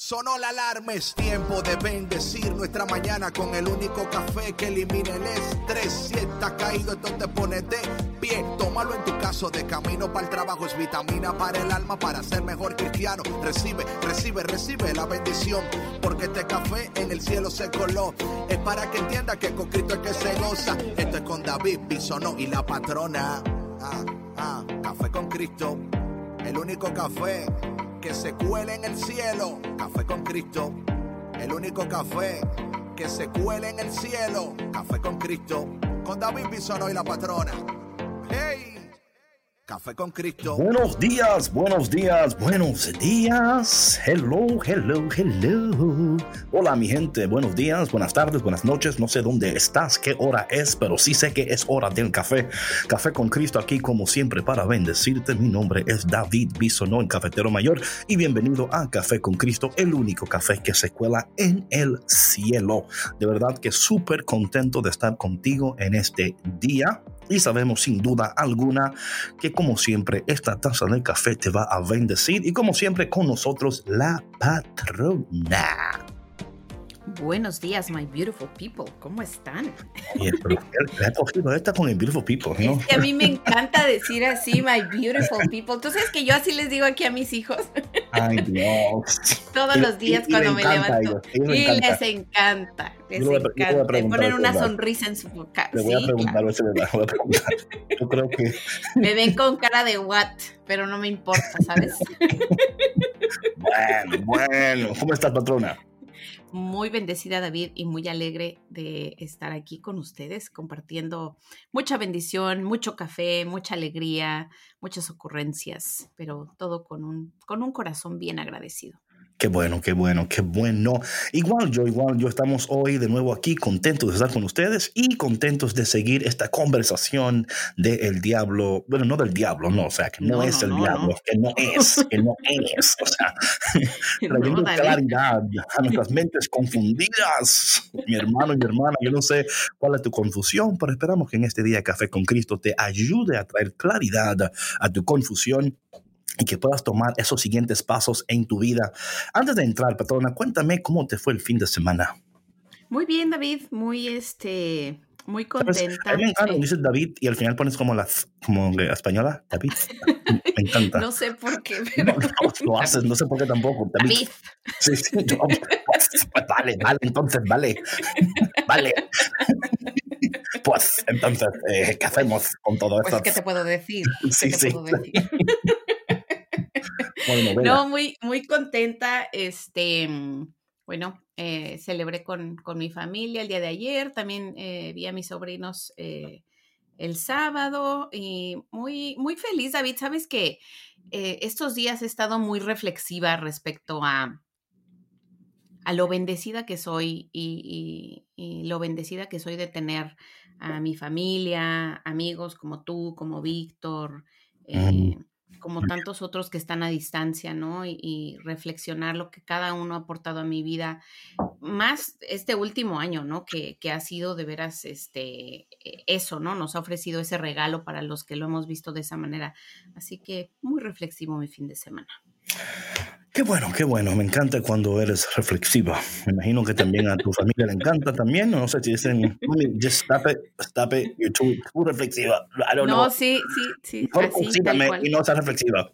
Sonó la alarma, es tiempo de bendecir nuestra mañana con el único café que elimina el estrés. Si estás caído, entonces ponete pie. Tómalo en tu caso de camino para el trabajo. Es vitamina para el alma, para ser mejor cristiano. Recibe la bendición, porque este café en el cielo se coló. Es para que entiendas que con Cristo es que se goza. Esto es con David Bisonó y la patrona. Café con Cristo, el único café que se cuele en el cielo. Café con Cristo, el único café que se cuele en el cielo. Café con Cristo, con David Bisonó y la patrona. ¡Hey! Café con Cristo. Buenos días. Hello. Hola, mi gente. Buenos días, buenas tardes, buenas noches. No sé dónde estás, qué hora es, pero sí sé que es hora del café. Café con Cristo aquí, como siempre, para bendecirte. Mi nombre es David Bisonó, el cafetero mayor, y bienvenido a Café con Cristo, el único café que se cuela en el cielo. De verdad que súper contento de estar contigo en este día. Y sabemos sin duda alguna que, como siempre, esta taza de café te va a bendecir. Y como siempre, con nosotros la patrona. Buenos días, my beautiful people. ¿Cómo están? Oye, pero le ha cogido esta con el beautiful people, ¿no? Es que a mí me encanta decir así, my beautiful people. ¿Tú sabes que yo así les digo aquí a mis hijos? Ay, Dios. Todos los días cuando me levanto. Y les encanta. Le ponen una sonrisa en su boca. Le voy a preguntar, Yo creo que... Me ven con cara de what, pero no me importa, ¿sabes? Bueno. ¿Cómo estás, patrona? Muy bendecida, David, y muy alegre de estar aquí con ustedes, compartiendo mucha bendición, mucho café, mucha alegría, muchas ocurrencias, pero todo con un corazón bien agradecido. Qué bueno. Igual yo estamos hoy de nuevo aquí, contentos de estar con ustedes y contentos de seguir esta conversación del diablo. Bueno, no del diablo, no, o sea, que no es el diablo, que no es, o sea, trayendo claridad a nuestras mentes confundidas. Mi hermano y mi hermana, yo no sé cuál es tu confusión, pero esperamos que en este día Café con Cristo te ayude a traer claridad a tu confusión y que puedas tomar esos siguientes pasos en tu vida. Antes de entrar, patrona, cuéntame cómo te fue el fin de semana. Muy bien, David, muy contenta. A mí me encanta, dices David y al final pones como la española, David. Me encanta. No sé por qué, pero... No, lo haces, no sé por qué tampoco. David. Sí, vale, entonces, vale. Pues, entonces, ¿qué hacemos con todo esto? Pues, ¿qué te puedo decir? Puedo decir? Bueno, no, muy contenta. Celebré con mi familia el día de ayer. También vi a mis sobrinos el sábado y muy, muy feliz, David. Sabes que estos días he estado muy reflexiva respecto a lo bendecida que soy y lo bendecida que soy de tener a mi familia, amigos como tú, como Víctor, como tantos otros que están a distancia, ¿no? Y reflexionar lo que cada uno ha aportado a mi vida, más este último año, ¿no? Que ha sido de veras eso, ¿no? Nos ha ofrecido ese regalo para los que lo hemos visto de esa manera. Así que muy reflexivo mi fin de semana. Qué bueno. Me encanta cuando eres reflexiva. Me imagino que también a tu familia le encanta también. No sé si dicen, just stop it, you're too reflexiva. I don't know. No, sí. Así, y no seas reflexiva.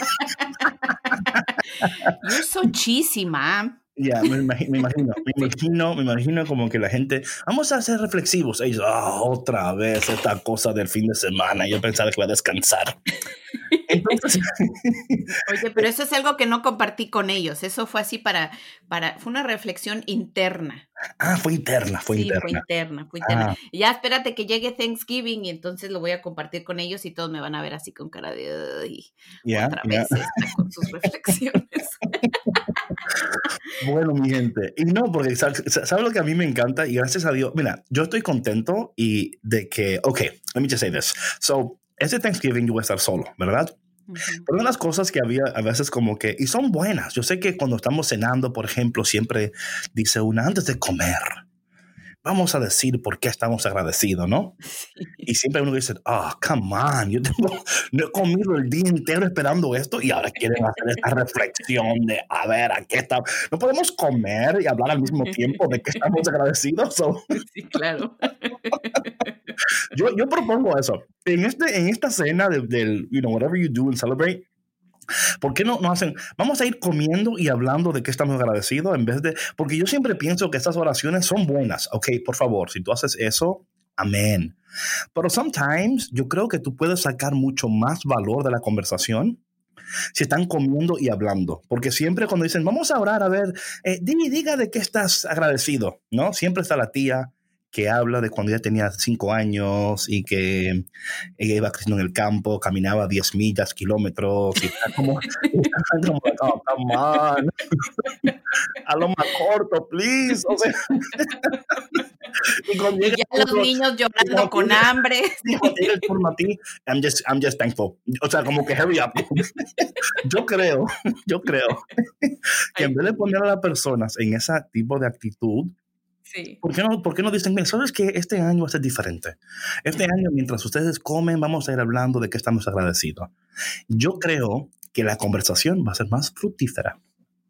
You're so cheesy, ma'am. Ya, me imagino como que la gente, vamos a ser reflexivos. Ellos, otra vez esta cosa del fin de semana. Yo pensaba que iba a descansar. Entonces, oye, pero eso es algo que no compartí con ellos. Eso fue así fue una reflexión interna. Fue interna. Fue interna. Ya espérate que llegue Thanksgiving y entonces lo voy a compartir con ellos y todos me van a ver así con cara de otra vez con sus reflexiones. Bueno, mi gente, y no, porque ¿sabes lo que a mí me encanta? Y gracias a Dios, mira, yo estoy contento y de que, let me just say this. So, este Thanksgiving yo voy a estar solo, ¿verdad? Uh-huh. Pero una de las cosas que había a veces como que, y son buenas, yo sé que cuando estamos cenando, por ejemplo, siempre dice una antes de comer, vamos a decir por qué estamos agradecidos, ¿no? Y Sí. siempre uno dice, come on, no he comido el día entero esperando esto y ahora quieren hacer esta reflexión de, a ver, ¿a qué estamos? No podemos comer y hablar al mismo tiempo de que estamos agradecidos. So, Sí, claro. yo propongo eso. En esta cena del, whatever you do and celebrate, ¿por qué no hacen? Vamos a ir comiendo y hablando de qué estamos agradecidos en vez de, porque yo siempre pienso que estas oraciones son buenas. Ok, por favor, si tú haces eso, amén. Pero sometimes yo creo que tú puedes sacar mucho más valor de la conversación si están comiendo y hablando. Porque siempre cuando dicen, vamos a orar, a ver, diga de qué estás agradecido, ¿no? Siempre está la tía que habla de cuando ella tenía 5 años y que ella iba creciendo en el campo, caminaba 10 millas, kilómetros, y está como, oh, come on, a lo más corto, please. O sea, y cuando Y llega ya el los turno, niños y llorando con hambre. cuando llega el turno a ti, I'm just thankful. O sea, como que hurry up. Yo creo que en Ay, vez de Dios mío. poner a las personas en ese tipo de actitud, Sí. ¿por qué no dicen, mira, sabes que este año va a ser diferente? Este año, mientras ustedes comen, vamos a ir hablando de qué estamos agradecidos. Yo creo que la conversación va a ser más fructífera.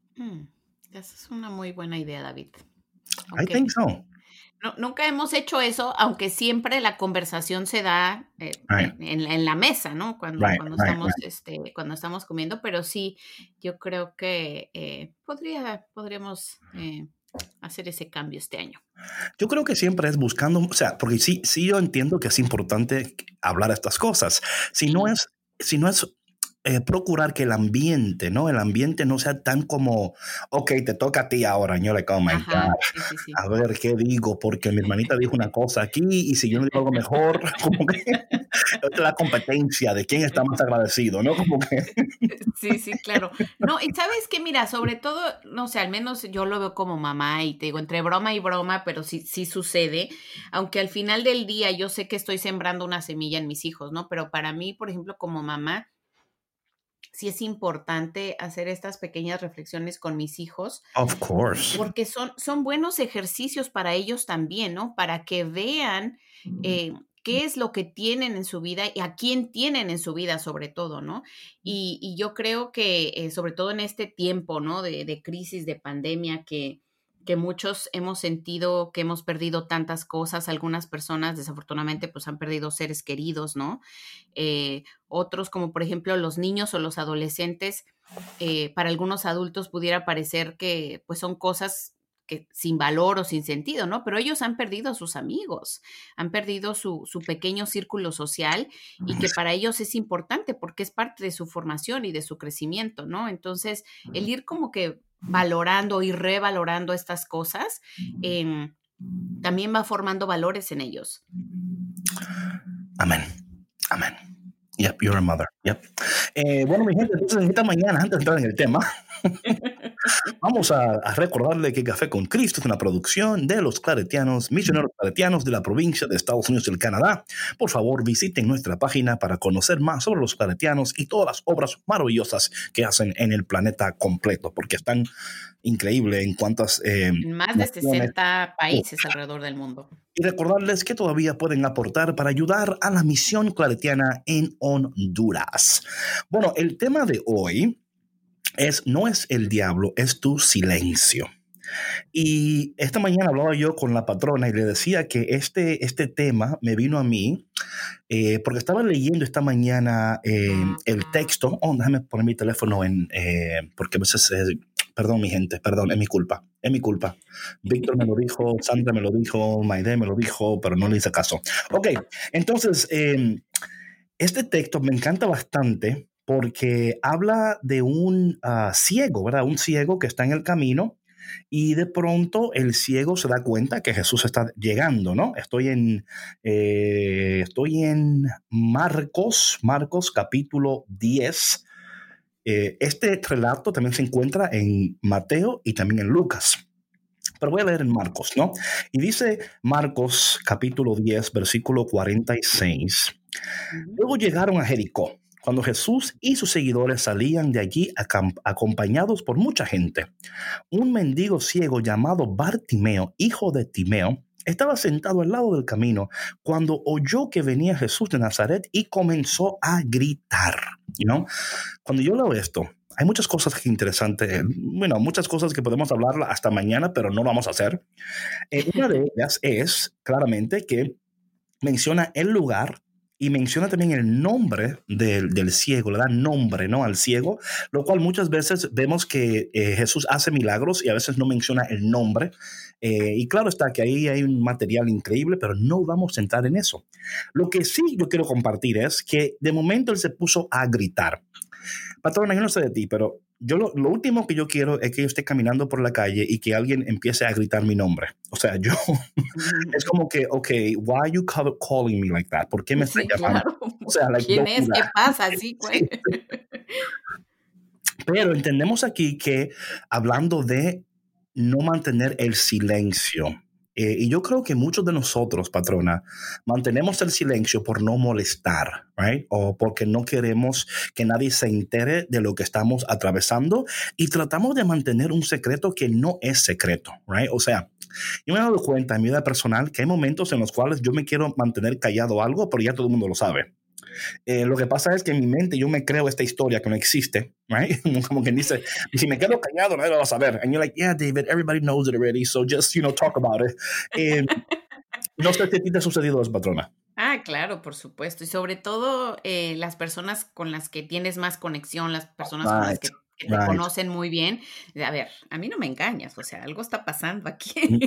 Esa es una muy buena idea, David. I think Aunque so. nunca hemos hecho eso, aunque siempre la conversación se da Right, en la mesa, ¿no? right, Cuando right, estamos, right. cuando estamos comiendo, pero sí, yo creo que podríamos hacer ese cambio este año. Yo creo que siempre es buscando, o sea, porque sí yo entiendo que es importante hablar estas cosas. Si no Sí. es procurar que el ambiente, ¿no? El ambiente no sea tan como, ok, te toca a ti ahora. Yo like, oh my God, Ajá, sí, sí, sí. a ver qué digo, porque mi hermanita dijo una cosa aquí y si yo no digo algo mejor, como que es la competencia de quién está más agradecido, ¿no? Como que, Sí, sí, claro. No, y sabes que, mira, sobre todo, no sé, al menos yo lo veo como mamá y te digo, entre broma y broma, pero sí sucede, aunque al final del día yo sé que estoy sembrando una semilla en mis hijos, ¿no? Pero para mí, por ejemplo, como mamá, sí es importante hacer estas pequeñas reflexiones con mis hijos, of course. porque son buenos ejercicios para ellos también, ¿no? Para que vean qué es lo que tienen en su vida y a quién tienen en su vida sobre todo, ¿no? Y yo creo que sobre todo en este tiempo, ¿no? De crisis, de pandemia, que muchos hemos sentido que hemos perdido tantas cosas, algunas personas desafortunadamente pues han perdido seres queridos, ¿no? Otros como por ejemplo los niños o los adolescentes, para algunos adultos pudiera parecer que pues son cosas que sin valor o sin sentido, ¿no? Pero ellos han perdido a sus amigos, han perdido su pequeño círculo social y que para ellos es importante porque es parte de su formación y de su crecimiento, ¿no? Entonces, el ir como que valorando y revalorando estas cosas, también va formando valores en ellos. Amén. Amén. Yep, you're a mother. Yep. Bueno, mi gente, entonces esta mañana, antes de entrar en el tema, vamos a recordarle que Café con Cristo es una producción de los claretianos, misioneros claretianos de la provincia de Estados Unidos y el Canadá. Por favor, visiten nuestra página para conocer más sobre los claretianos y todas las obras maravillosas que hacen en el planeta completo, porque están increíbles en cuantas En más de naciones. 60 países alrededor del mundo. Y recordarles que todavía pueden aportar para ayudar a la misión claretiana en Honduras. Bueno, el tema de hoy no es el diablo, es tu silencio. Y esta mañana hablaba yo con la patrona y le decía que este tema me vino a mí porque estaba leyendo esta mañana el texto. Déjame poner mi teléfono porque a veces... Perdón, mi gente, perdón, es mi culpa. Víctor me lo dijo, Sandra me lo dijo, Maide me lo dijo, pero no le hice caso. Ok, entonces, este texto me encanta bastante porque habla de un ciego, ¿verdad? Un ciego que está en el camino y de pronto el ciego se da cuenta que Jesús está llegando, ¿no? Estoy en Marcos capítulo 10. Este relato también se encuentra en Mateo y también en Lucas. Pero voy a leer en Marcos, ¿no? Y dice Marcos capítulo 10, versículo 46. Luego llegaron a Jericó, cuando Jesús y sus seguidores salían de allí acompañados por mucha gente. Un mendigo ciego llamado Bartimeo, hijo de Timeo, estaba sentado al lado del camino cuando oyó que venía Jesús de Nazaret y comenzó a gritar. You know? Cuando yo leo esto, hay muchas cosas que interesantes, bueno, muchas cosas que podemos hablar hasta mañana, pero no lo vamos a hacer. Una de ellas es claramente que menciona el lugar y menciona también el nombre del ciego, le da nombre, ¿no?, al ciego, lo cual muchas veces vemos que Jesús hace milagros y a veces no menciona el nombre. Y claro está que ahí hay un material increíble, pero no vamos a entrar en eso. Lo que sí yo quiero compartir es que de momento él se puso a gritar. Patrona, yo no sé de ti, pero yo lo último que yo quiero es que yo esté caminando por la calle y que alguien empiece a gritar mi nombre. O sea, yo es como que, okay, why are you calling me like that? ¿Por qué me estás llamando? Claro. O sea, like, ¿Quién es? ¿Qué pasa? Sí, güey. Sí. Pero entendemos aquí que hablando de no mantener el silencio, y yo creo que muchos de nosotros, patrona, mantenemos el silencio por no molestar, right? O porque no queremos que nadie se entere de lo que estamos atravesando y tratamos de mantener un secreto que no es secreto, right? O sea, yo me he dado cuenta en mi vida personal que hay momentos en los cuales yo me quiero mantener callado algo, pero ya todo el mundo lo sabe. Lo que pasa es que en mi mente yo me creo esta historia que no existe, right? Como quien dice, si me quedo callado nadie lo va a saber. And you're like, yeah, David, everybody knows it already, so just, talk about it. No sé si a ti te ha sucedido eso, patrona. Ah, claro, por supuesto. Y sobre todo las personas con las que tienes más conexión, las personas con las que te conocen muy bien. A ver, a mí no me engañas, o sea, algo está pasando aquí.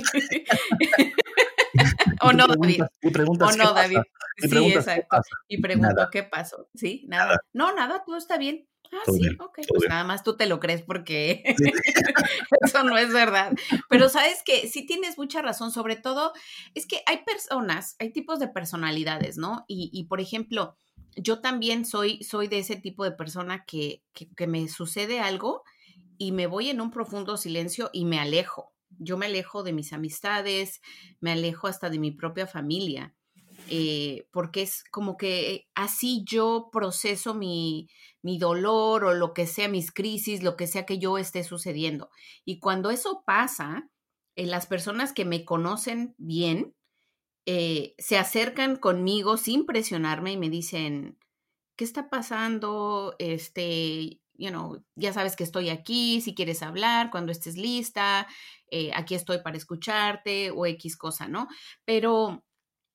¿O no, David? ¿O no, David? Sí, exacto. Y pregunto, nada. ¿qué pasó? ¿Sí? ¿Nada? No, nada, todo está bien. Ah, todo sí, bien, ok. todo Pues bien. nada más tú te lo crees porque Sí. eso no es verdad. Pero sabes que sí tienes mucha razón, sobre todo es que hay personas, hay tipos de personalidades, ¿no? Y por ejemplo, yo también soy de ese tipo de persona que me sucede algo y me voy en un profundo silencio y me alejo. Yo me alejo de mis amistades, me alejo hasta de mi propia familia, porque es como que así yo proceso mi dolor o lo que sea, mis crisis, lo que sea que yo esté sucediendo. Y cuando eso pasa, las personas que me conocen bien se acercan conmigo sin presionarme y me dicen, ¿qué está pasando? Ya sabes que estoy aquí, si quieres hablar, cuando estés lista, aquí estoy para escucharte o X cosa, ¿no? Pero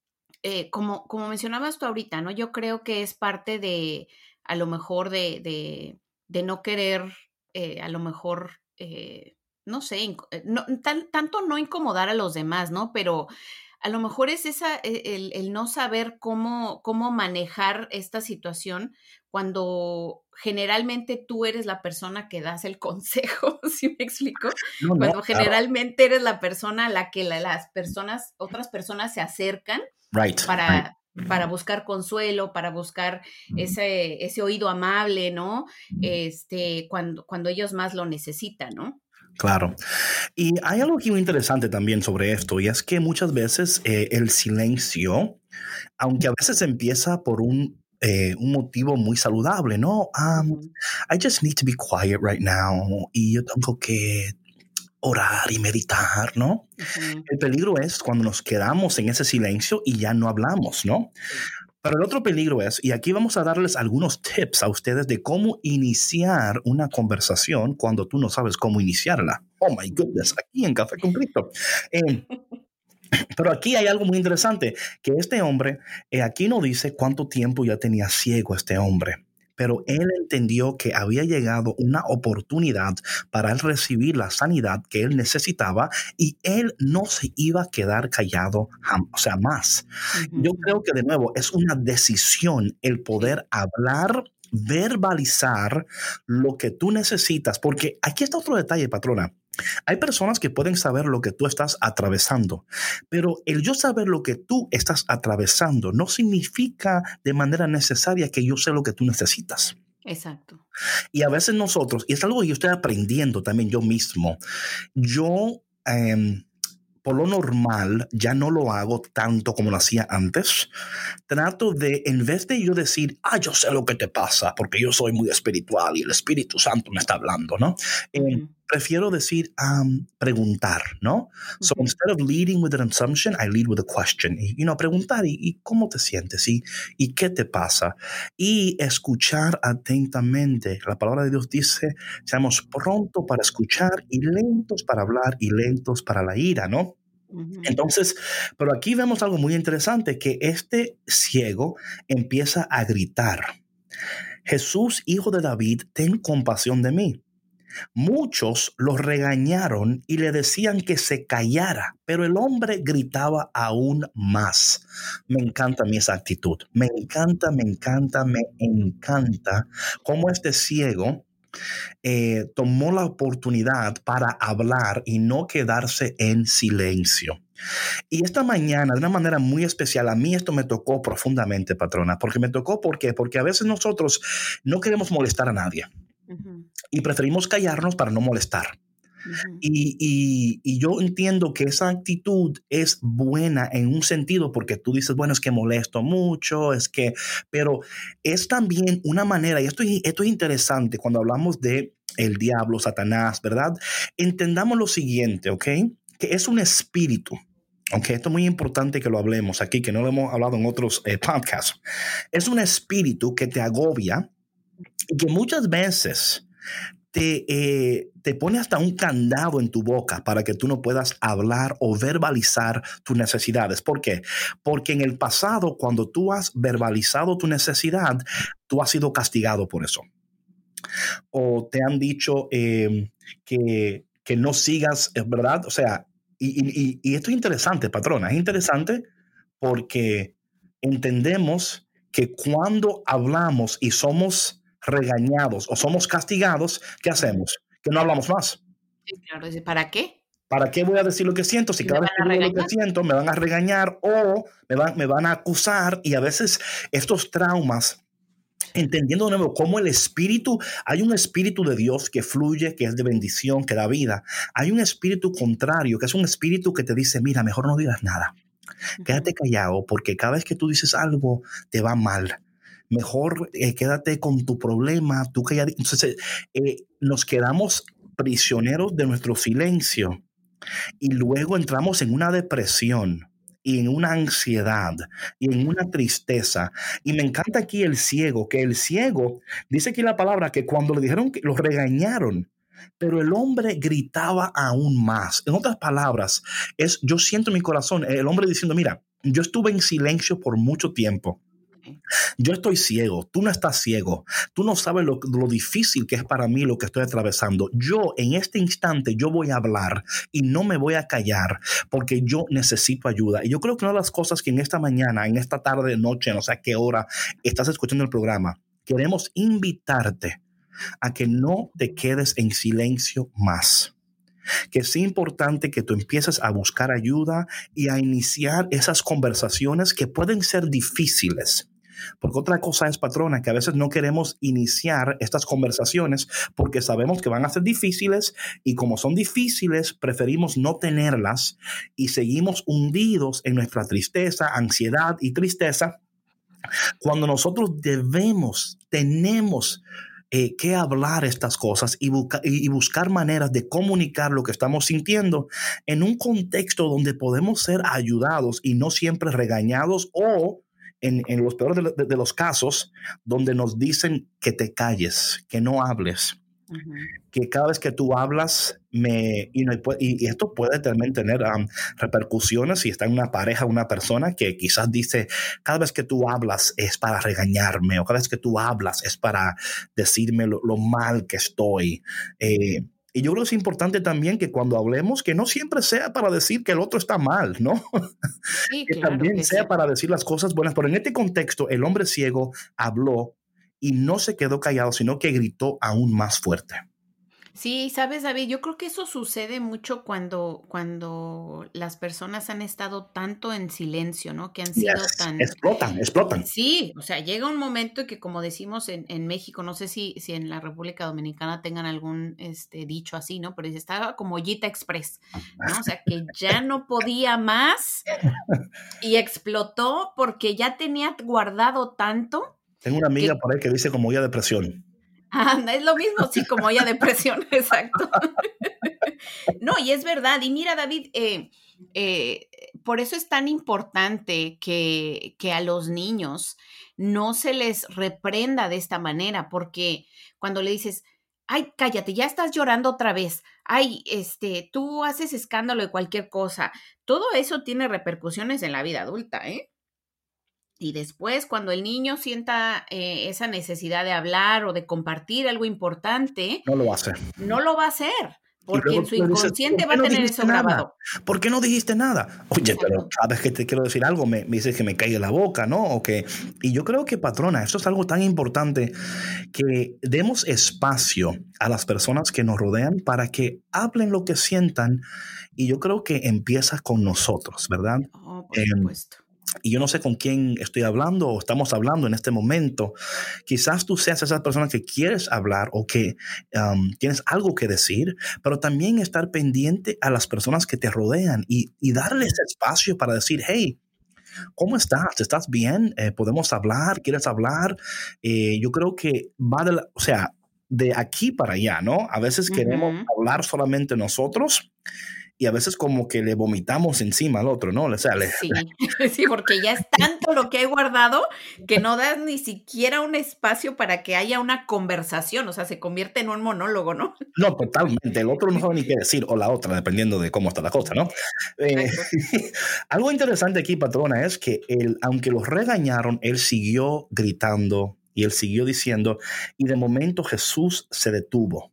como mencionabas tú ahorita, ¿no? Yo creo que es parte de, a lo mejor, de no querer, a lo mejor, no sé, tanto no incomodar a los demás, ¿no? Pero a lo mejor es el no saber cómo manejar esta situación cuando generalmente tú eres la persona que das el consejo, ¿sí me explico? No, Cuando claro. generalmente eres la persona a la que otras personas se acercan para buscar consuelo, para buscar ese oído amable, ¿no? Cuando ellos más lo necesitan, ¿no? Claro. Y hay algo aquí muy interesante también sobre esto, y es que muchas veces el silencio, aunque a veces empieza por un motivo muy saludable, ¿no? I just need to be quiet right now, y yo tengo que orar y meditar, ¿no? Uh-huh. El peligro es cuando nos quedamos en ese silencio y ya no hablamos, ¿no? Pero el otro peligro es, y aquí vamos a darles algunos tips a ustedes de cómo iniciar una conversación cuando tú no sabes cómo iniciarla. Oh my goodness, aquí en Café con Cristo. Pero aquí hay algo muy interesante, que este hombre, aquí no dice cuánto tiempo ya tenía ciego este hombre, pero él entendió que había llegado una oportunidad para él recibir la sanidad que él necesitaba y él no se iba a quedar callado, más. Uh-huh. Yo creo que de nuevo es una decisión el poder hablar, verbalizar lo que tú necesitas, porque aquí está otro detalle, patrona. Hay personas que pueden saber lo que tú estás atravesando, pero el yo saber lo que tú estás atravesando no significa de manera necesaria que yo sé lo que tú necesitas. Exacto. Y a veces nosotros, y es algo que yo estoy aprendiendo también yo mismo, por lo normal ya no lo hago tanto como lo hacía antes. Trato de, en vez de yo decir, yo sé lo que te pasa porque yo soy muy espiritual y el Espíritu Santo me está hablando, ¿no? Uh-huh. prefiero decir, preguntar, ¿no? So instead of leading with an assumption, I lead with a question. Y, preguntar, ¿y cómo te sientes? ¿Y qué te pasa? Y escuchar atentamente. La palabra de Dios dice, seamos prontos para escuchar y lentos para hablar y lentos para la ira, ¿no? Entonces, pero aquí vemos algo muy interesante, que este ciego empieza a gritar: Jesús, hijo de David, ten compasión de mí. Muchos lo regañaron y le decían que se callara, pero el hombre gritaba aún más. Me encanta mi esa actitud. Me encanta cómo este ciego tomó la oportunidad para hablar y no quedarse en silencio. Y esta mañana, de una manera muy especial, a mí esto me tocó profundamente, patrona, porque me tocó, ¿por qué? Porque a veces nosotros no queremos molestar a nadie y preferimos callarnos para no molestar. Y yo entiendo que esa actitud es buena en un sentido, porque tú dices, bueno, es que molesto mucho, pero es también una manera, y esto es interesante cuando hablamos de el diablo, Satanás, ¿verdad? Entendamos lo siguiente, ¿ok? Que es un espíritu. Ok, esto es muy importante que lo hablemos aquí, que no lo hemos hablado en otros podcasts. Es un espíritu que te agobia y que muchas veces te pone hasta un candado en tu boca para que tú no puedas hablar o verbalizar tus necesidades. ¿Por qué? Porque en el pasado, cuando tú has verbalizado tu necesidad, tú has sido castigado por eso. O te han dicho que no sigas, ¿verdad? O sea, y esto es interesante, patrona, es interesante porque entendemos que cuando hablamos y somos regañados o somos castigados, ¿qué hacemos? Que no hablamos más. Sí, claro. ¿Para qué? ¿Para qué voy a decir lo que siento? Si cada vez que digo lo que siento me van a regañar o me van a acusar. Y a veces estos traumas, entendiendo de nuevo cómo hay un espíritu de Dios que fluye, que es de bendición, que da vida. Hay un espíritu contrario, que es un espíritu que te dice, mira, mejor no digas nada. Quédate callado, porque cada vez que tú dices algo te va mal. Mejor quédate con tu problema, tú calladito. Entonces nos quedamos prisioneros de nuestro silencio y luego entramos en una depresión y en una ansiedad y en una tristeza. Y me encanta aquí el ciego, que el ciego, dice aquí la palabra, que cuando le dijeron que lo regañaron, pero el hombre gritaba aún más. En otras palabras, yo siento en mi corazón el hombre diciendo, mira, yo estuve en silencio por mucho tiempo. Yo estoy ciego, tú no estás ciego, tú no sabes lo difícil que es para mí lo que estoy atravesando. Yo en este instante yo voy a hablar y no me voy a callar porque yo necesito ayuda. Y yo creo que una de las cosas que en esta mañana, en esta tarde, noche, no sé a qué hora estás escuchando el programa, queremos invitarte a que no te quedes en silencio más. Que es importante que tú empieces a buscar ayuda y a iniciar esas conversaciones que pueden ser difíciles. Porque otra cosa es, patrona, que a veces no queremos iniciar estas conversaciones porque sabemos que van a ser difíciles y como son difíciles, preferimos no tenerlas y seguimos hundidos en nuestra tristeza, ansiedad y tristeza, cuando nosotros tenemos que hablar estas cosas y buscar maneras de comunicar lo que estamos sintiendo en un contexto donde podemos ser ayudados y no siempre regañados o en los peores de los casos donde nos dicen que te calles, que no hables. Que cada vez que tú hablas y esto puede también tener repercusiones si está en una pareja, una persona que quizás dice cada vez que tú hablas es para regañarme o cada vez que tú hablas es para decirme lo mal que estoy. Y yo creo que es importante también que cuando hablemos que no siempre sea para decir que el otro está mal, ¿no? Sí, que claro, también que sea sí, para decir las cosas buenas. Pero en este contexto el hombre ciego habló y no se quedó callado, sino que gritó aún más fuerte. Sí, sabes, David, yo creo que eso sucede mucho cuando las personas han estado tanto en silencio, ¿no? Que han sido tan... Explotan. Sí, o sea, llega un momento que, como decimos en México, no sé si en la República Dominicana tengan algún dicho así, ¿no? Pero estaba como ollita express, ¿no? O sea, que ya no podía más y explotó porque ya tenía guardado tanto. Tengo una amiga por ahí que dice como olla de presión. Anda, es lo mismo, sí, como ella depresión, exacto. No, y es verdad. Y mira, David, por eso es tan importante que a los niños no se les reprenda de esta manera, porque cuando le dices, ay, cállate, ya estás llorando otra vez, ay, tú haces escándalo de cualquier cosa, todo eso tiene repercusiones en la vida adulta, ¿eh? Y después, cuando el niño sienta esa necesidad de hablar o de compartir algo importante, No lo hace. no lo va a hacer, Y porque luego en su tú le dices, ¿por inconsciente va qué a no tener dijiste eso nada? grabado. ¿Por qué no dijiste nada? Oye, pero Exacto. sabes que te quiero decir algo, me dices que me caiga la boca, ¿no? Y yo creo que, patrona, esto es algo tan importante que demos espacio a las personas que nos rodean para que hablen lo que sientan. Y yo creo que empieza con nosotros, ¿verdad? Oh, por Em, supuesto. y yo no sé con quién estoy hablando o estamos hablando en este momento. Quizás tú seas esa persona que quieres hablar o que tienes algo que decir, pero también estar pendiente a las personas que te rodean y darles Ujú. espacio para decir, hey, ¿cómo estás? ¿Estás bien? ¿Podemos hablar? ¿Quieres hablar? Yo creo que va o sea, de aquí para allá, ¿no? A veces queremos Ujú. hablar solamente nosotros y a veces como que le vomitamos encima al otro, ¿no? O sea, Sí, sí, porque ya es tanto lo que he guardado que no das ni siquiera un espacio para que haya una conversación, o sea, se convierte en un monólogo, ¿no? no, totalmente. El otro no sabe ni qué decir, o la otra, dependiendo de cómo está la cosa, ¿no? Eh, Exacto. algo interesante aquí, patrona, es que él, aunque los regañaron, él siguió gritando y él siguió diciendo, y de momento Jesús se detuvo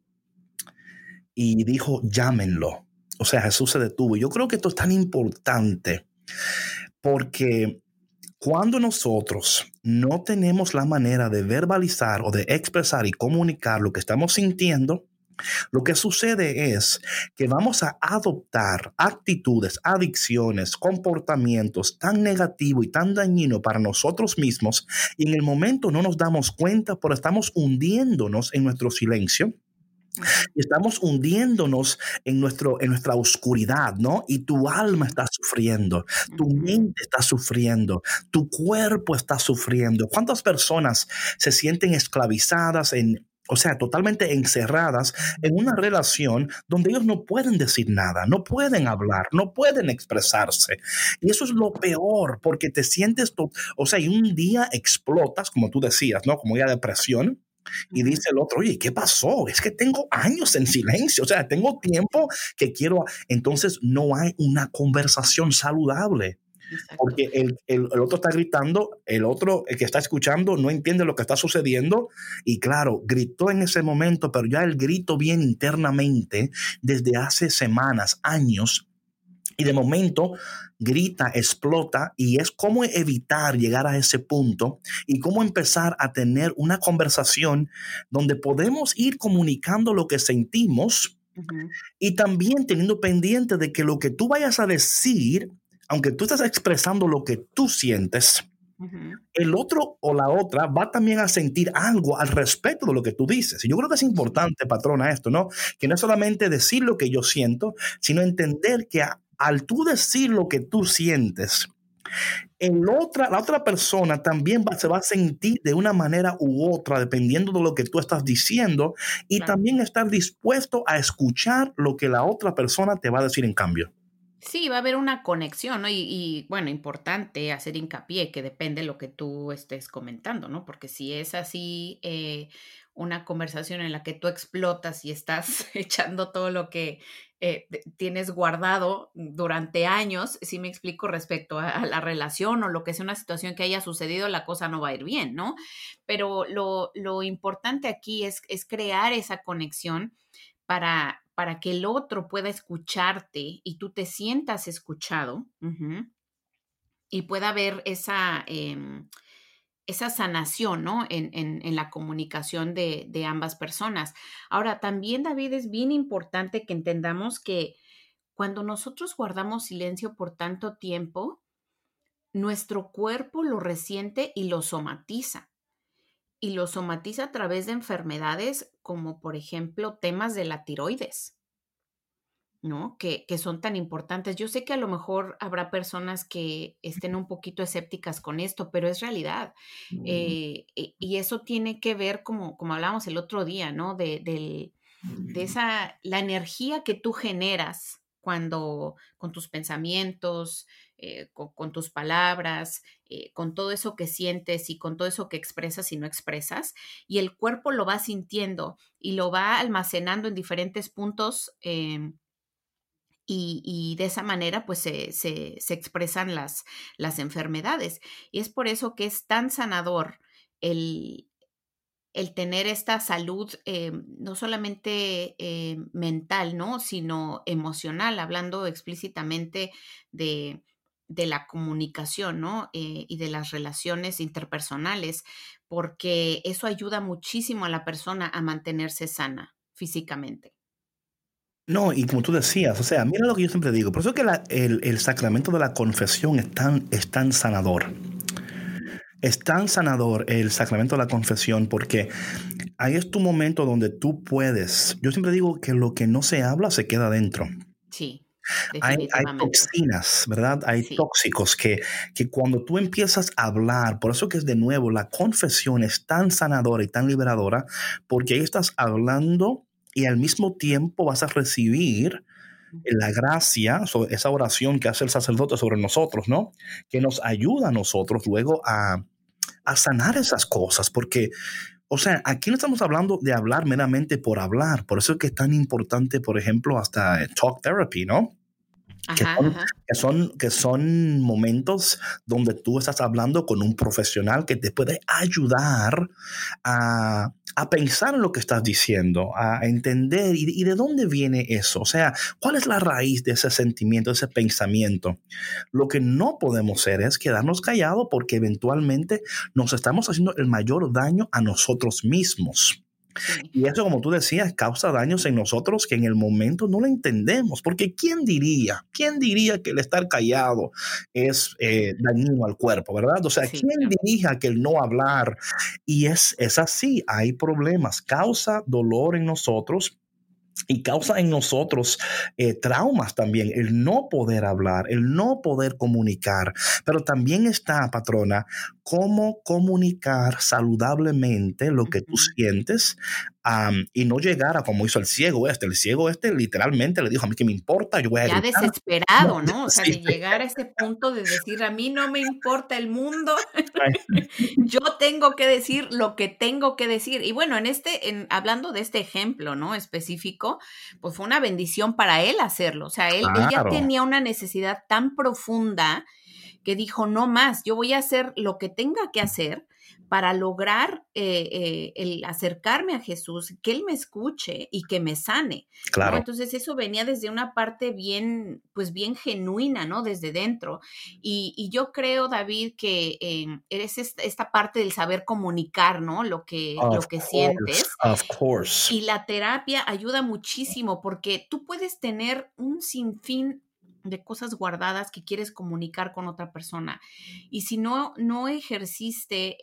y dijo, llámenlo. O sea, Jesús se detuvo. Yo creo que esto es tan importante porque cuando nosotros no tenemos la manera de verbalizar o de expresar y comunicar lo que estamos sintiendo, lo que sucede es que vamos a adoptar actitudes, adicciones, comportamientos tan negativos y tan dañinos para nosotros mismos y en el momento no nos damos cuenta, pero estamos hundiéndonos en nuestro silencio. Ujú, Y estamos hundiéndonos en nuestra oscuridad, ¿no? Y tu alma está sufriendo, tu ujú. mente está sufriendo, tu cuerpo está sufriendo. ¿Cuántas personas se sienten esclavizadas o sea, totalmente encerradas en una relación donde ellos no pueden decir nada, no pueden hablar, no pueden expresarse? Y eso es lo peor, porque te sientes, o sea, y un día explotas, como tú decías, ¿no? Como ya depresión, y Ujú, dice el otro, oye, ¿qué pasó? Es que tengo años en silencio, o sea, tengo tiempo que quiero, entonces no hay una conversación saludable, exacto. porque el otro está gritando, el otro el que está escuchando no entiende lo que está sucediendo y claro, gritó en ese momento, pero ya el grito viene internamente desde hace semanas, años y de momento grita, explota y es cómo evitar llegar a ese punto y cómo empezar a tener una conversación donde podemos ir comunicando lo que sentimos Ujú, y también teniendo pendiente de que lo que tú vayas a decir, aunque tú estás expresando lo que tú sientes, ujú. el otro o la otra va también a sentir algo al respecto de lo que tú dices. Y yo creo que es Sí. importante, patrona, esto, ¿no? Que no es solamente decir lo que yo siento, sino entender que al tú decir lo que tú sientes, la otra persona también se va a sentir de una manera u otra, dependiendo de lo que tú estás diciendo, y Claro. también estar dispuesto a escuchar lo que la otra persona te va a decir en cambio. Sí, va a haber una conexión, ¿no? Bueno, importante hacer hincapié que depende de lo que tú estés comentando, ¿no? Porque si es así, una conversación en la que tú explotas y estás echando todo lo que tienes guardado durante años, si me explico respecto a la relación o lo que sea una situación que haya sucedido, la cosa no va a ir bien, ¿no? Pero lo importante aquí es crear esa conexión para que el otro pueda escucharte y tú te sientas escuchado, ujú, y pueda haber esa sanación, ¿no? En la comunicación de ambas personas. Ahora, también, David, es bien importante que entendamos que cuando nosotros guardamos silencio por tanto tiempo, nuestro cuerpo lo resiente y lo somatiza. Y lo somatiza a través de enfermedades como, por ejemplo, temas de la tiroides. ¿no? Que son tan importantes. Yo sé que a lo mejor habrá personas que estén un poquito escépticas con esto, pero es realidad. Y eso tiene que ver, como hablábamos el otro día, ¿no? La energía que tú generas cuando con tus pensamientos, con tus palabras, con todo eso que sientes y con todo eso que expresas y no expresas, y el cuerpo lo va sintiendo y lo va almacenando en diferentes puntos. Y de esa manera, pues, se expresan las enfermedades. Y es por eso que es tan sanador el, el tener esta salud, no solamente mental, ¿no? Sino emocional, hablando explícitamente de, de la comunicación, ¿no? Y de las relaciones interpersonales, porque eso ayuda muchísimo a la persona a mantenerse sana físicamente. No, y como tú decías, o sea, mira lo que yo siempre digo, por eso es que el sacramento de la confesión es tan sanador. Es tan sanador el sacramento de la confesión porque ahí es tu momento donde tú puedes. Yo siempre digo que lo que no se habla se queda dentro. Sí, Hay definitivamente. toxinas, ¿verdad? Hay Sí. tóxicos que cuando tú empiezas a hablar, por eso que es de nuevo, la confesión es tan sanadora y tan liberadora, porque ahí estás hablando y al mismo tiempo vas a recibir la gracia, esa oración que hace el sacerdote sobre nosotros, ¿no? Que nos ayuda a nosotros luego a sanar esas cosas, porque, o sea, aquí no estamos hablando de hablar meramente por hablar, por eso es que es tan importante, por ejemplo, hasta talk therapy, ¿no? Que Ajá, son, ajá. que son momentos donde tú estás hablando con un profesional que te puede ayudar a pensar en lo que estás diciendo, a entender y de dónde viene eso. O sea, ¿cuál es la raíz de ese sentimiento, de ese pensamiento? Lo que no podemos hacer es quedarnos callados porque eventualmente nos estamos haciendo el mayor daño a nosotros mismos. Sí, Y eso, como tú decías, causa daños en nosotros que en el momento no lo entendemos. Porque quién diría que el estar callado es dañino al cuerpo, ¿verdad? O sea, sí, ¿quién claro. diría que el no hablar? Y es así, hay problemas, causa dolor en nosotros. Y causa en nosotros traumas también, el no poder hablar, el no poder comunicar. Pero también está, patrona, cómo comunicar saludablemente lo que tú Ujú. sientes y no llegar a como hizo el ciego este. El ciego este literalmente le dijo, a mí qué me importa, yo voy a Ya gritar. desesperado, ¿no? O sea, Sí, de llegar a ese punto de decir: "A mí no me importa el mundo, sí. yo tengo que decir lo que tengo que decir". Y bueno, hablando de este ejemplo, ¿no?, específico, pues fue una bendición para él hacerlo. O sea, él ya Claro, tenía una necesidad tan profunda que dijo: "No más, yo voy a hacer lo que tenga que hacer para lograr, el acercarme a Jesús, que Él me escuche y que me sane", ¿no? claro. Entonces, eso venía desde una parte bien, pues, bien genuina, ¿no? Desde dentro. Y yo creo, David, que, eres esta parte del saber comunicar, ¿no? Lo que sientes. Of course. Y la terapia ayuda muchísimo porque tú puedes tener un sinfín de cosas guardadas que quieres comunicar con otra persona. Y si no ejerciste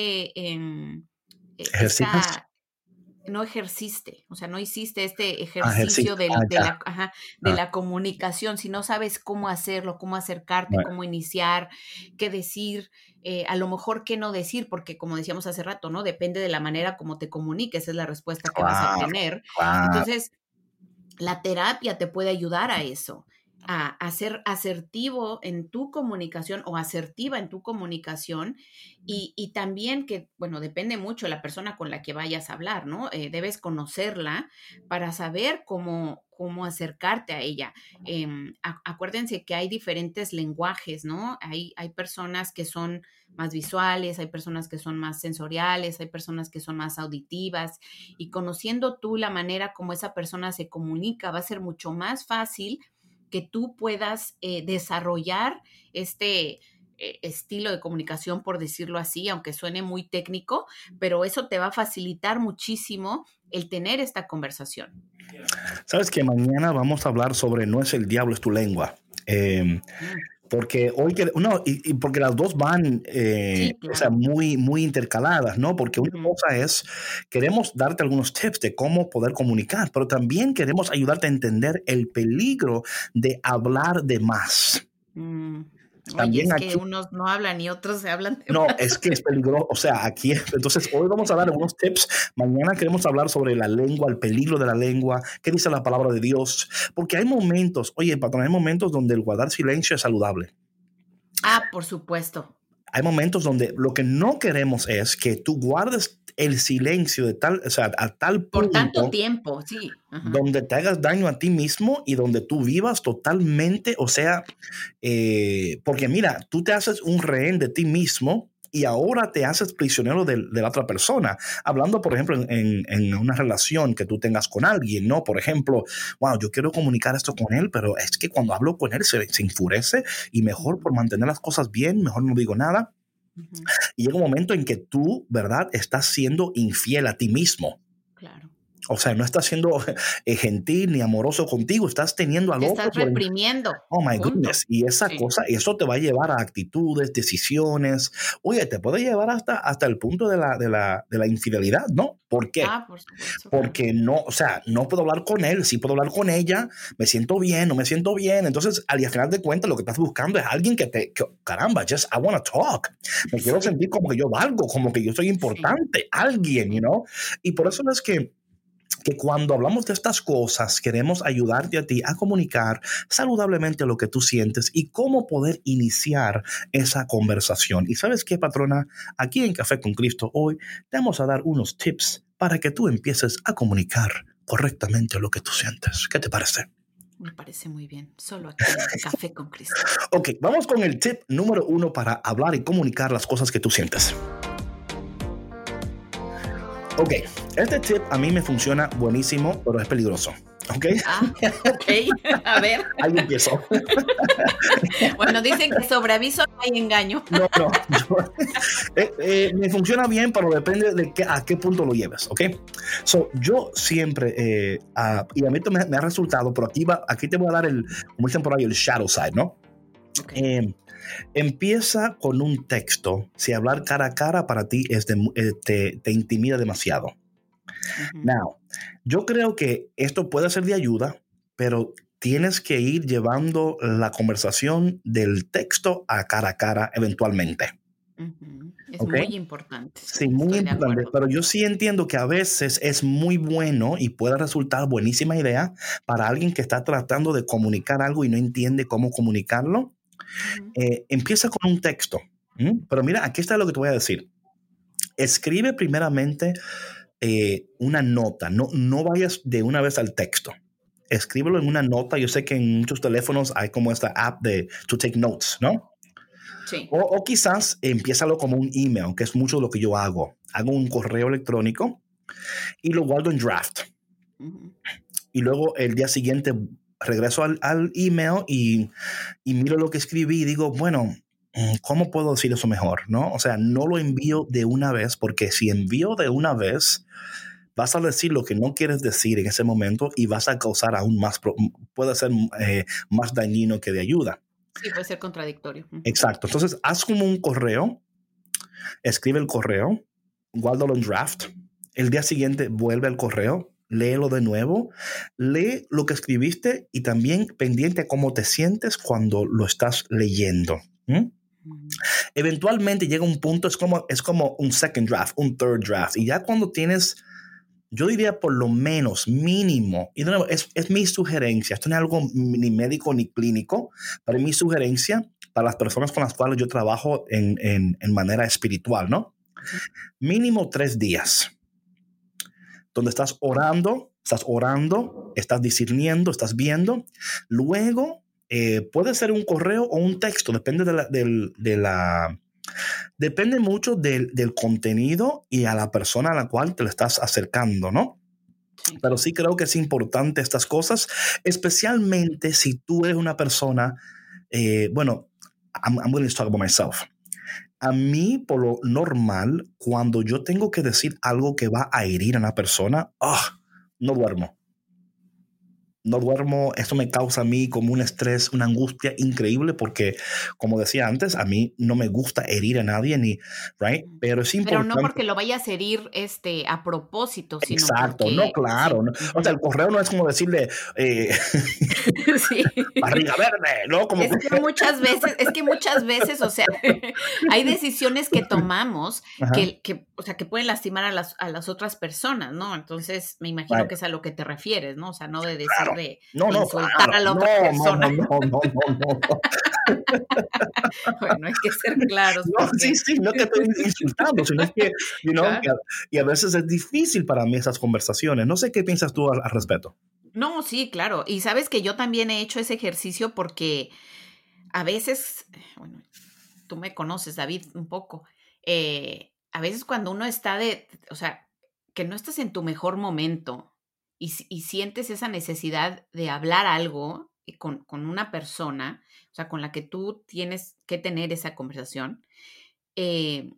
¿Ejercitas? no ejerciste, o sea, no hiciste este Ah, ejercicio ejercicio. del Ah, de ya. la ajá, de Ah, la comunicación, si no sabes cómo hacerlo, cómo acercarte, bueno, cómo iniciar, qué decir, a lo mejor qué no decir, porque como decíamos hace rato, ¿no? Depende de la manera como te comuniques, es la respuesta que vas a claro, obtener. claro. Entonces, la terapia te puede ayudar a eso, a ser asertivo en tu comunicación o asertiva en tu comunicación y también que, bueno, depende mucho de la persona con la que vayas a hablar, ¿no? Debes conocerla para saber cómo acercarte a ella. Acuérdense que hay diferentes lenguajes, ¿no? Hay personas que son más visuales, hay personas que son más sensoriales, hay personas que son más auditivas y conociendo tú la manera como esa persona se comunica, va a ser mucho más fácil que tú puedas desarrollar este estilo de comunicación, por decirlo así, aunque suene muy técnico, pero eso te va a facilitar muchísimo el tener esta conversación. Sabes que mañana vamos a hablar sobre no es el diablo, es tu lengua. Eh, Mm. Porque hoy que no, y porque las dos van, Sí, o sea, claro. muy, muy intercaladas, ¿no? Porque una Ujú. cosa es, queremos darte algunos tips de cómo poder comunicar, pero también queremos ayudarte a entender el peligro de hablar de más. Mm. Oye, También es que aquí, unos no hablan y otros se hablan de no, es más. que es peligroso, o sea, aquí, entonces hoy vamos a dar algunos tips, mañana queremos hablar sobre la lengua, el peligro de la lengua, qué dice la palabra de Dios, porque hay momentos, oye, patrón, hay momentos donde el guardar silencio es saludable. Ah, por supuesto. Hay momentos donde lo que no queremos es que tú guardes el silencio de tal, o sea, a tal Por tanto punto tiempo, sí. Ajá. donde te hagas daño a ti mismo y donde tú vivas totalmente, o sea, porque mira, tú te haces un rehén de ti mismo y ahora te haces prisionero de la otra persona. Hablando, por ejemplo, en una relación que tú tengas con alguien, ¿no? Por ejemplo, wow, yo quiero comunicar esto con él, pero es que cuando hablo con él se enfurece y mejor por Ujú, mantener las cosas bien, mejor no digo nada. ujú. Y llega un momento en que tú, ¿verdad? Estás siendo infiel a ti mismo. Claro. O sea, no estás siendo gentil ni amoroso contigo, estás teniendo al Te otro estás por reprimiendo. oh my Punto. goodness. Y esa Sí, cosa, eso te va a llevar a actitudes, decisiones. Oye, te puede llevar hasta el punto de la infidelidad, ¿no? ¿Por qué? ah, por supuesto, claro. Porque no, o sea, no puedo hablar con él, sí puedo hablar con ella, me siento bien, no me siento bien. Entonces, al final de cuentas, lo que estás buscando es alguien caramba, just I want to talk. Me quiero Sí, sentir como que yo valgo, como que yo soy sí, importante, alguien, you sí, know. Y por eso sí. es que cuando hablamos de estas cosas, queremos ayudarte a ti a comunicar saludablemente lo que tú sientes y cómo poder iniciar esa conversación. Y sabes qué, patrona, aquí en Café con Cristo hoy te vamos a dar unos tips para que tú empieces a comunicar correctamente lo que tú sientes. ¿Qué te parece? Me parece muy bien. Solo aquí en Café con Cristo. Ok, vamos con el tip número 1 para hablar y comunicar las cosas que tú sientes. Ok, este tip a mí me funciona buenísimo, pero es peligroso. Ok, Ah, ok. A ver. ahí empiezo. Bueno, dicen que sobre aviso no hay engaño. No, no, me funciona bien, pero depende de a qué punto lo lleves, ¿ok? So, yo siempre, y a mí me ha resultado, pero aquí te voy a dar como dicen por ahí, el shadow side, ¿no? Ok. Eh, Empieza con un texto. Si hablar cara a cara para ti te intimida demasiado. Ujú, Now, yo creo que esto puede ser de ayuda, pero tienes que ir llevando la conversación del texto a cara eventualmente. ujú. Es ¿Ok? muy importante, Sí, sí, muy estoy de importante, acuerdo. pero yo sí entiendo que a veces es muy bueno y puede resultar buenísima idea para alguien que está tratando de comunicar algo y no entiende cómo comunicarlo. Ujú, Empieza con un texto. Pero mira, aquí está lo que te voy a decir. Escribe primeramente una nota, no vayas de una vez al texto. Escríbelo en una nota. Yo sé que en muchos teléfonos hay como esta app de to take notes, ¿no? sí. O quizás empiézalo como un email, que es mucho de lo que yo hago. Hago un correo electrónico y lo guardo en draft. Ujú, Y luego el día siguiente regreso al email y miro lo que escribí y digo, bueno, ¿cómo puedo decir eso mejor? ¿No? O sea, no lo envío de una vez porque si envío de una vez, vas a decir lo que no quieres decir en ese momento y vas a causar aún más, puede ser más dañino que de ayuda. sí, puede ser contradictorio. Ujú, Exacto. Entonces, haz como un correo, escribe el correo, guárdalo en draft. El día siguiente vuelve al correo, léelo de nuevo, lee lo que escribiste y también pendiente a cómo te sientes cuando lo estás leyendo. ¿Mm? ujú. Eventualmente llega un punto, es como un second draft, un third draft. Y ya cuando tienes, yo diría por lo menos mínimo, y de nuevo, es mi sugerencia, esto no es algo ni médico ni clínico, pero es mi sugerencia para las personas con las cuales yo trabajo en manera espiritual, ¿no? Mínimo 3 días, donde estás orando, estás discerniendo, estás viendo. Luego, puede ser un correo o un texto, depende depende mucho del contenido y a la persona a la cual te le estás acercando, ¿no? Sí, Pero claro. sí creo que es importante estas cosas, especialmente si tú eres una persona, bueno, I'm going to talk about myself. A mí, por lo normal, cuando yo tengo que decir algo que va a herir a una persona, no duermo. no duermo, esto me causa a mí como un estrés, una angustia increíble porque, como decía antes, a mí no me gusta herir a nadie, right? Pero es Pero no importante. porque lo vayas a herir a propósito, sino Exacto, no, porque claro. sí. No. O sea, el correo no es como decirle Sí. barriga verde, ¿no? Como Es que muchas veces, o sea, hay decisiones que tomamos Ajá. o sea, que pueden lastimar a las otras personas, ¿no? Entonces, me imagino Right. que es a lo que te refieres, ¿no? O sea, no de decir Claro. de No, no, insultar claro. a la No, otra mano, persona. no. Bueno, hay que ser claros No, porque sí, no te estoy insultando, sino es que, claro. y a veces es difícil para mí esas conversaciones. No sé qué piensas tú al respecto. No, sí, claro. Y sabes que yo también he hecho ese ejercicio porque a veces, bueno, tú me conoces, David, un poco. A veces cuando uno está o sea, que no estás en tu mejor momento y sientes esa necesidad de hablar algo con una persona, o sea, con la que tú tienes que tener esa conversación, eh,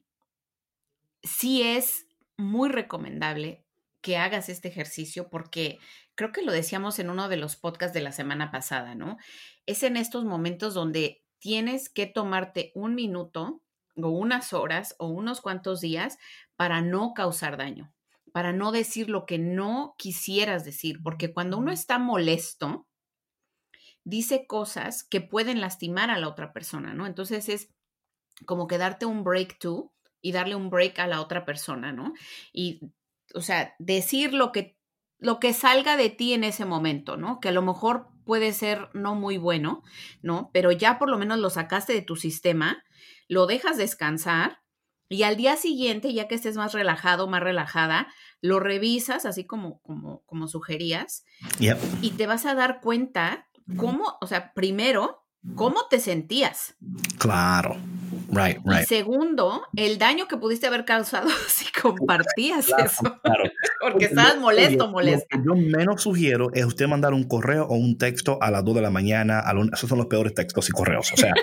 sí es muy recomendable que hagas este ejercicio porque creo que lo decíamos en uno de los podcasts de la semana pasada, ¿no? Es en estos momentos donde tienes que tomarte un minuto o unas horas o unos cuantos días para no causar daño, para no decir lo que no quisieras decir, porque cuando uno está molesto, dice cosas que pueden lastimar a la otra persona, ¿no? Entonces es como que darte un break tú y darle un break a la otra persona, ¿no? Y, o sea, decir lo que salga de ti en ese momento, ¿no? Que a lo mejor puede ser no muy bueno, ¿no? Pero ya por lo menos lo sacaste de tu sistema, lo dejas descansar y al día siguiente, ya que estés más relajado, más relajada, lo revisas, así como sugerías, Yep. y te vas a dar cuenta cómo, o sea, primero, cómo te sentías. Claro. Right. Y segundo, el daño que pudiste haber causado si compartías eso. Claro. Porque Oye, estabas molesto, lo que molesta. yo menos sugiero es usted mandar un correo o un texto a las 2 de la mañana. Esos son los peores textos y correos. O sea,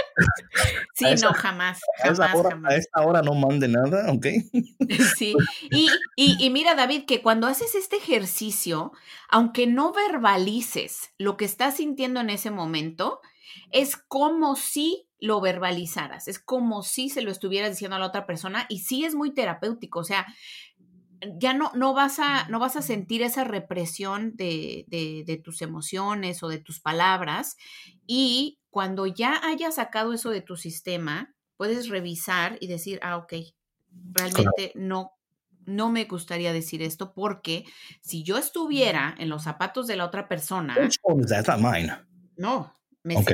a Sí, esa, no, jamás, jamás, a jamás. esta hora no mande nada, ¿ok? Sí, y mira, David, que cuando haces este ejercicio, aunque no verbalices lo que estás sintiendo en ese momento, es como si lo verbalizaras, es como si se lo estuvieras diciendo a la otra persona y sí es muy terapéutico, o sea, ya no vas a sentir esa represión de tus emociones o de tus palabras y cuando ya hayas sacado eso de tu sistema, puedes revisar y decir, ok, Claro. realmente no me gustaría decir esto porque si yo estuviera en los zapatos de la otra persona, Whose phone is that? It's not mine. no, Ok.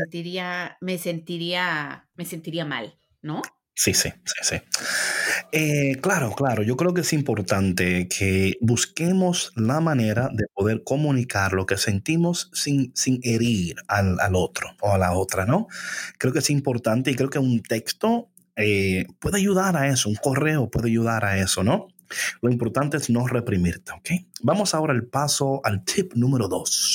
me sentiría mal, ¿no? Sí. Claro. Yo creo que es importante que busquemos la manera de poder comunicar lo que sentimos sin herir al otro o a la otra, ¿no? Creo que es importante y creo que un texto puede ayudar a eso, un correo puede ayudar a eso, ¿no? Lo importante es no reprimirte, ¿ok? Vamos ahora al tip número 2.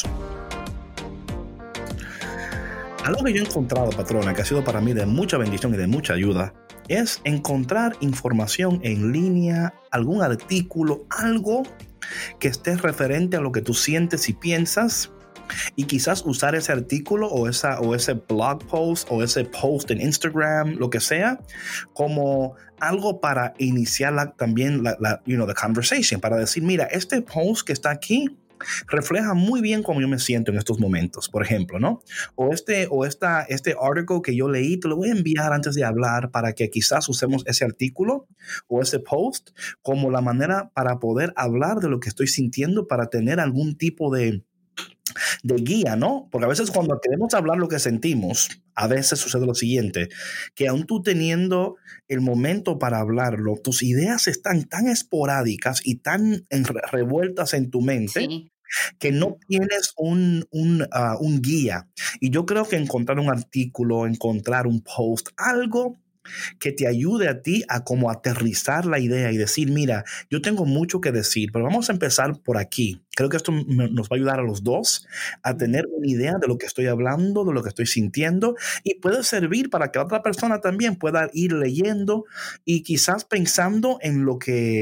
Algo que yo he encontrado, patrona, que ha sido para mí de mucha bendición y de mucha ayuda, es encontrar información en línea, algún artículo, algo que esté referente a lo que tú sientes y piensas, y quizás usar ese artículo o ese blog post o ese post en Instagram, lo que sea, como algo para iniciar también the conversation, para decir, mira, este post que está aquí refleja muy bien cómo yo me siento en estos momentos, por ejemplo, ¿no? Este artículo que yo leí, te lo voy a enviar antes de hablar para que quizás usemos ese artículo o ese post como la manera para poder hablar de lo que estoy sintiendo, para tener algún tipo de guía, ¿no? Porque a veces cuando queremos hablar lo que sentimos, a veces sucede lo siguiente, que aún tú teniendo el momento para hablarlo, tus ideas están tan esporádicas y tan revueltas en tu mente Sí. que no tienes un guía. Y yo creo que encontrar un artículo, encontrar un post, algo que te ayude a ti a como aterrizar la idea y decir, mira, yo tengo mucho que decir, pero vamos a empezar por aquí. Creo que esto nos va a ayudar a los dos a tener una idea de lo que estoy hablando, de lo que estoy sintiendo, y puede servir para que otra persona también pueda ir leyendo y quizás pensando en lo que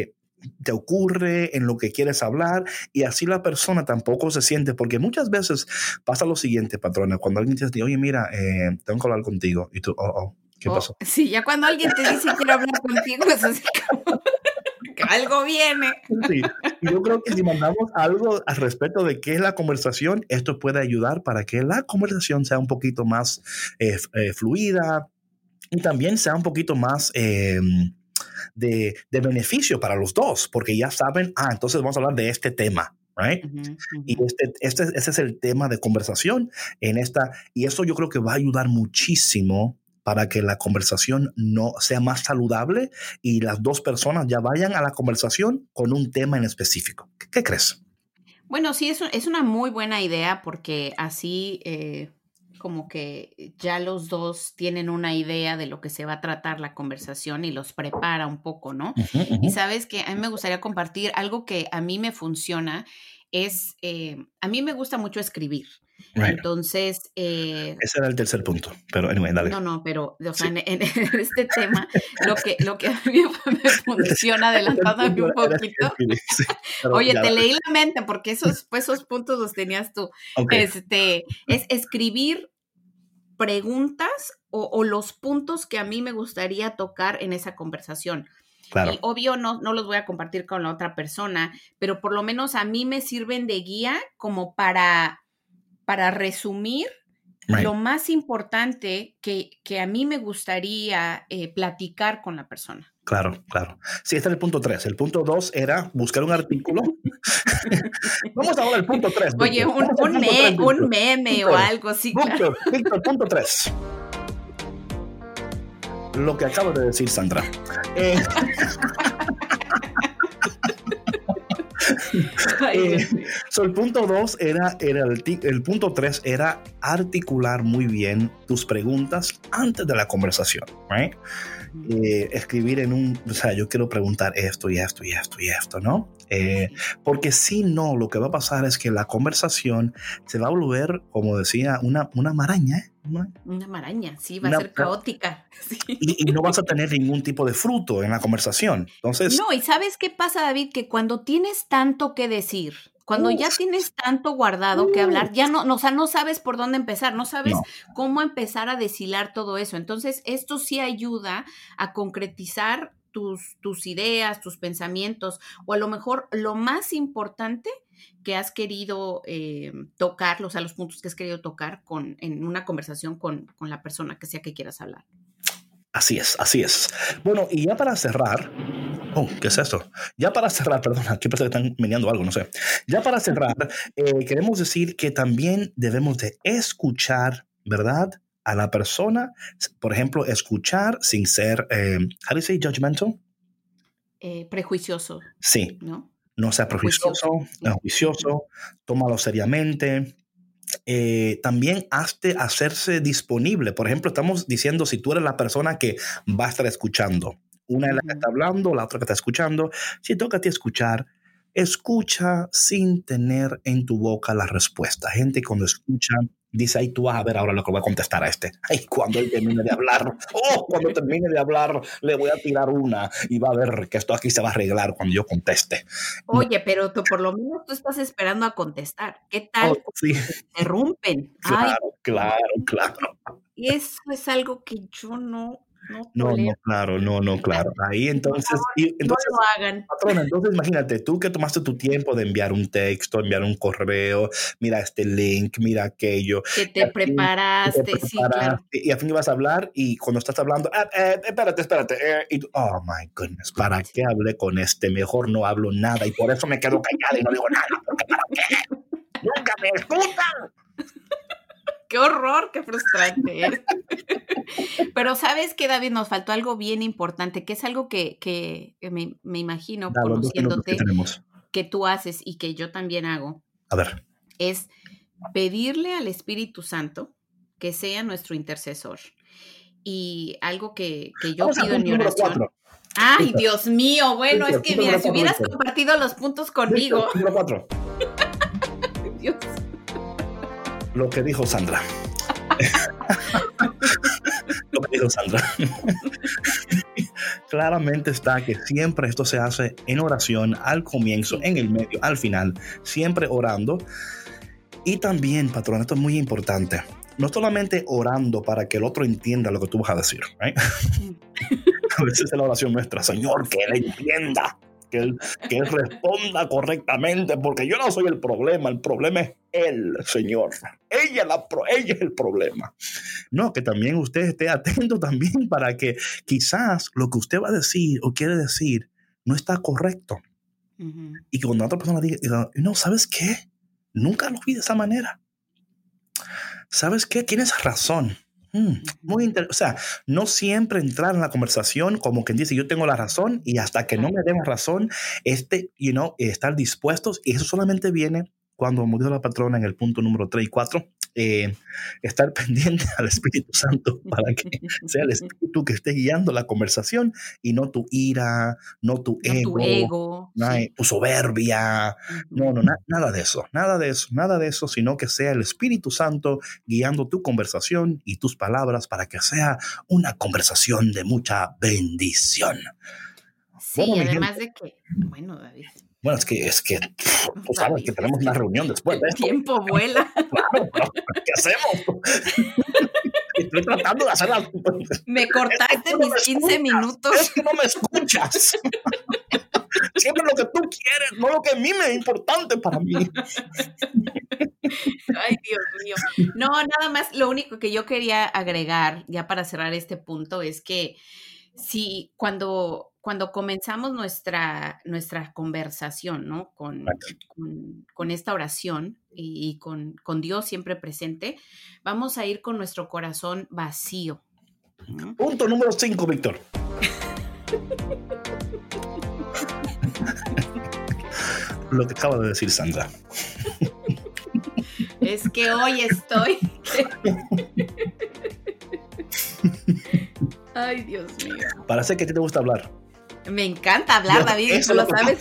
te ocurre, en lo que quieres hablar, y así la persona tampoco se siente, porque muchas veces pasa lo siguiente, patrona, cuando alguien te dice, oye, mira, tengo que hablar contigo, y tú, ¿qué pasó? Sí, ya cuando alguien te dice quiero hablar contigo, es así como que algo viene. Sí, yo creo que si mandamos algo al respecto de qué es la conversación, esto puede ayudar para que la conversación sea un poquito más fluida y también sea un poquito más de beneficio para los dos, porque ya saben, entonces vamos a hablar de este tema. Right? Y ese es el tema de conversación en esta, y eso yo creo que va a ayudar muchísimo para que la conversación no sea más saludable y las dos personas ya vayan a la conversación con un tema en específico. ¿Qué crees? Bueno, sí, es una muy buena idea porque así como que ya los dos tienen una idea de lo que se va a tratar la conversación y los prepara un poco, ¿no? Y sabes que a mí me gustaría compartir algo que a mí me funciona, es, a mí me gusta mucho escribir. Right. Entonces... ese era el tercer punto, pero anyway, dale. No, pero o sea, en este tema, lo que a mí me funciona, adelantándome un poquito. Sí, oye, te leí la mente porque esos puntos los tenías tú. Okay. Es escribir preguntas o los puntos que a mí me gustaría tocar en esa conversación. Claro. Y obvio no los voy a compartir con la otra persona, pero por lo menos a mí me sirven de guía como para resumir lo más importante que a mí me gustaría platicar con la persona. Claro. Sí, este es el punto 3. El punto 2 era buscar un artículo. Vamos ahora al punto 3. Oye, un meme Víctor, o algo así. Víctor, punto 3. Lo que acabo de decir, Sandra. El punto 2 era el punto 3 era articular muy bien tus preguntas antes de la conversación, right? Escribir o sea, yo quiero preguntar esto y esto y esto y esto, ¿no? Porque si no, lo que va a pasar es que la conversación se va a volver, como decía, una maraña, ¿eh? Una maraña, sí, va a ser caótica. Sí. Y no vas a tener ningún tipo de fruto en la conversación. Entonces, no, y ¿sabes qué pasa, David? Que cuando tienes tanto que decir, cuando ya tienes tanto guardado que hablar, ya no sabes por dónde empezar, no sabes cómo empezar a deshilar todo eso. Entonces, esto sí ayuda a concretizar tus ideas, tus pensamientos, o a lo mejor lo más importante que has querido tocar, o sea, los puntos que has querido tocar en una conversación con la persona que sea que quieras hablar. Así es. Bueno, y ya para cerrar, ¿qué es esto? Ya para cerrar, perdona, aquí parece que están meneando algo, no sé. Ya para cerrar, queremos decir que también debemos de escuchar, ¿verdad?, a la persona. Por ejemplo, escuchar sin ser, how do you say judgmental? Prejuicioso. Sí. No sea prejuicioso, tómalo seriamente. También hacerse disponible. Por ejemplo, estamos diciendo, si tú eres la persona que va a estar escuchando, una es la que está hablando, la otra que está escuchando, si toca a ti escuchar, escucha sin tener en tu boca la respuesta. Gente cuando escucha dice, ay, tú vas a ver ahora lo que voy a contestar a este. Ay, cuando él termine de hablar, cuando termine de hablar, le voy a tirar una y va a ver que esto aquí se va a arreglar cuando yo conteste. Oye, pero tú por lo menos tú estás esperando a contestar. ¿Qué tal? Sí. Se interrumpen. Claro. Y eso es algo que yo no claro. Ahí entonces, no lo hagan. Patrona, entonces imagínate, tú que tomaste tu tiempo de enviar un texto, enviar un correo, mira este link, mira aquello. Que te preparaste, sí, claro. Y al fin ibas a hablar y cuando estás hablando, espérate. Y tú, oh my goodness, ¿para qué hablé con este? Mejor no hablo nada y por eso me quedo callada y no digo nada. Porque ¿para qué? ¡Nunca me escuchan! ¡Qué horror! ¡Qué frustrante es! Pero ¿sabes qué, David? Nos faltó algo bien importante, que es algo que me imagino, conociéndote, que tú haces y que yo también hago. A ver. Es pedirle al Espíritu Santo que sea nuestro intercesor. Y algo que yo pido en mi oración. 4. ¡Ay, Dios mío! Bueno, es que mira, si hubieras compartido los puntos conmigo. Número 4. Dios. Lo que dijo Sandra. claramente está que siempre esto se hace en oración, al comienzo, en el medio, al final, siempre orando. Y también, patrón, esto es muy importante, no solamente orando para que el otro entienda lo que tú vas a decir, ¿right? A veces es la oración nuestra, Señor, que Él entienda, que él responda correctamente, porque yo no soy el problema es Él, Señor. Ella es el problema. No, que también usted esté atento también para que quizás lo que usted va a decir o quiere decir no está correcto. Uh-huh. Y que cuando otra persona diga, no, ¿sabes qué? Nunca lo vi de esa manera. ¿Sabes qué? Tienes razón. Muy interesante. O sea, no siempre entrar en la conversación como quien dice, yo tengo la razón y hasta que no me den razón, estar dispuestos. Y eso solamente viene cuando, como dijo la patrona en el punto número 3 y 4, estar pendiente al Espíritu Santo para que sea el Espíritu que esté guiando la conversación y no tu ira, no tu ego, tu soberbia. No, nada de eso, sino que sea el Espíritu Santo guiando tu conversación y tus palabras para que sea una conversación de mucha bendición. Sí, bueno, además de que, bueno, David. Bueno, es que tú sabes que tenemos una reunión después de esto. El tiempo vuela. Claro, pero ¿qué hacemos? Estoy tratando de hacer algo. Me cortaste mis 15 minutos. Es que no me escuchas. Siempre lo que tú quieres, no lo que a mí me es importante para mí. Ay, Dios mío. No, nada más, lo único que yo quería agregar, ya para cerrar este punto, es que si cuando comenzamos nuestra conversación, ¿no? Con esta oración y con Dios siempre presente, vamos a ir con nuestro corazón vacío. ¿No? Punto número 5, Víctor. Lo que acaba de decir Sandra. Es que hoy estoy... Ay, Dios mío. Parece que a ti te gusta hablar. Me encanta hablar, David, tú lo sabes.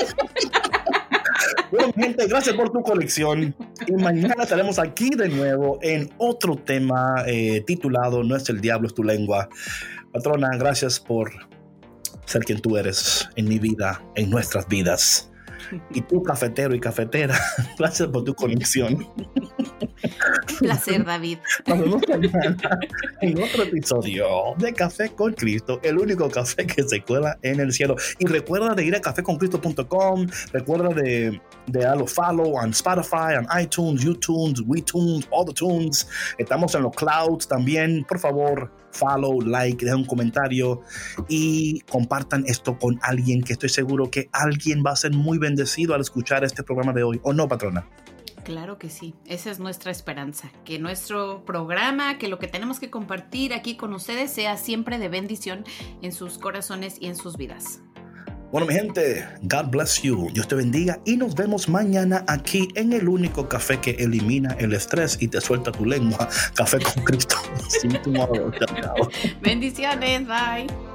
Bueno, gente, gracias por tu conexión. Y mañana estaremos aquí de nuevo en otro tema titulado No es el diablo, es tu lengua. Patrona, gracias por ser quien tú eres en mi vida, en nuestras vidas. Y tú, cafetero y cafetera, gracias por tu conexión. Un placer, David. Nos vemos mañana en otro episodio de Café con Cristo, el único café que se cuela en el cielo. Y recuerda de ir a cafeconcristo.com, recuerda de darlo follow en Spotify, en iTunes, YouTunes, WeTunes, all the tunes. Estamos en los clouds también. Por favor, follow, like, dejen un comentario y compartan esto con alguien, que estoy seguro que alguien va a ser muy bendecido al escuchar este programa de hoy. ¿O no, patrona? Claro que sí, esa es nuestra esperanza, que nuestro programa, que lo que tenemos que compartir aquí con ustedes sea siempre de bendición en sus corazones y en sus vidas. Bueno, mi gente, God bless you, Dios te bendiga y nos vemos mañana aquí en el único café que elimina el estrés y te suelta tu lengua, Café con Cristo. See you tomorrow. Bendiciones, bye.